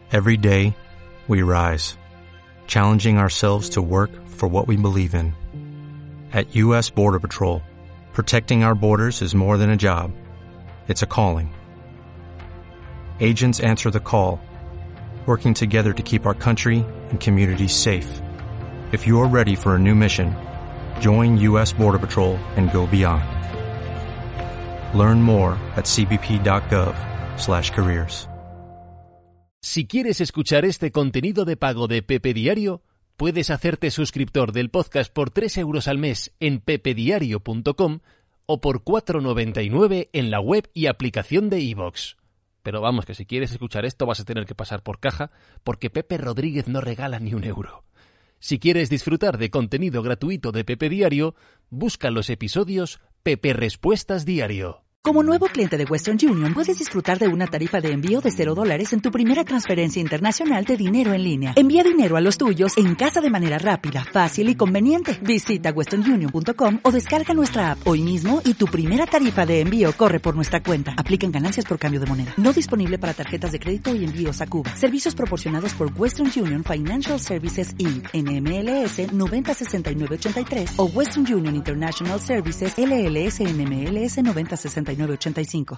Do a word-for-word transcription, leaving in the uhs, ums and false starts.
Every day, we rise, challenging ourselves to work for what we believe in. At U S Border Patrol, protecting our borders is more than a job. It's a calling. Agents answer the call, working together to keep our country and communities safe. If you're ready for a new mission, join U S Border Patrol and go beyond. Learn more at cbp.gov slash careers. Si quieres escuchar este contenido de pago de Pepe Diario, puedes hacerte suscriptor del podcast por tres euros al mes en pepediario punto com o por cuatro noventa y nueve en la web y aplicación de iVoox. Pero vamos, que si quieres escuchar esto vas a tener que pasar por caja, porque Pepe Rodríguez no regala ni un euro. Si quieres disfrutar de contenido gratuito de Pepe Diario, busca los episodios Pepe Respuestas Diario. Como nuevo cliente de Western Union, puedes disfrutar de una tarifa de envío de cero dólares en tu primera transferencia internacional de dinero en línea. Envía dinero a los tuyos en casa de manera rápida, fácil y conveniente. Visita western union punto com o descarga nuestra app hoy mismo y tu primera tarifa de envío corre por nuestra cuenta. Aplican ganancias por cambio de moneda. No disponible para tarjetas de crédito y envíos a Cuba. Servicios proporcionados por Western Union Financial Services incorporated. N M L S noventa sesenta y nueve ochenta y tres o Western Union International Services L L S N M L S noventa sesenta y nueve ochenta y cinco.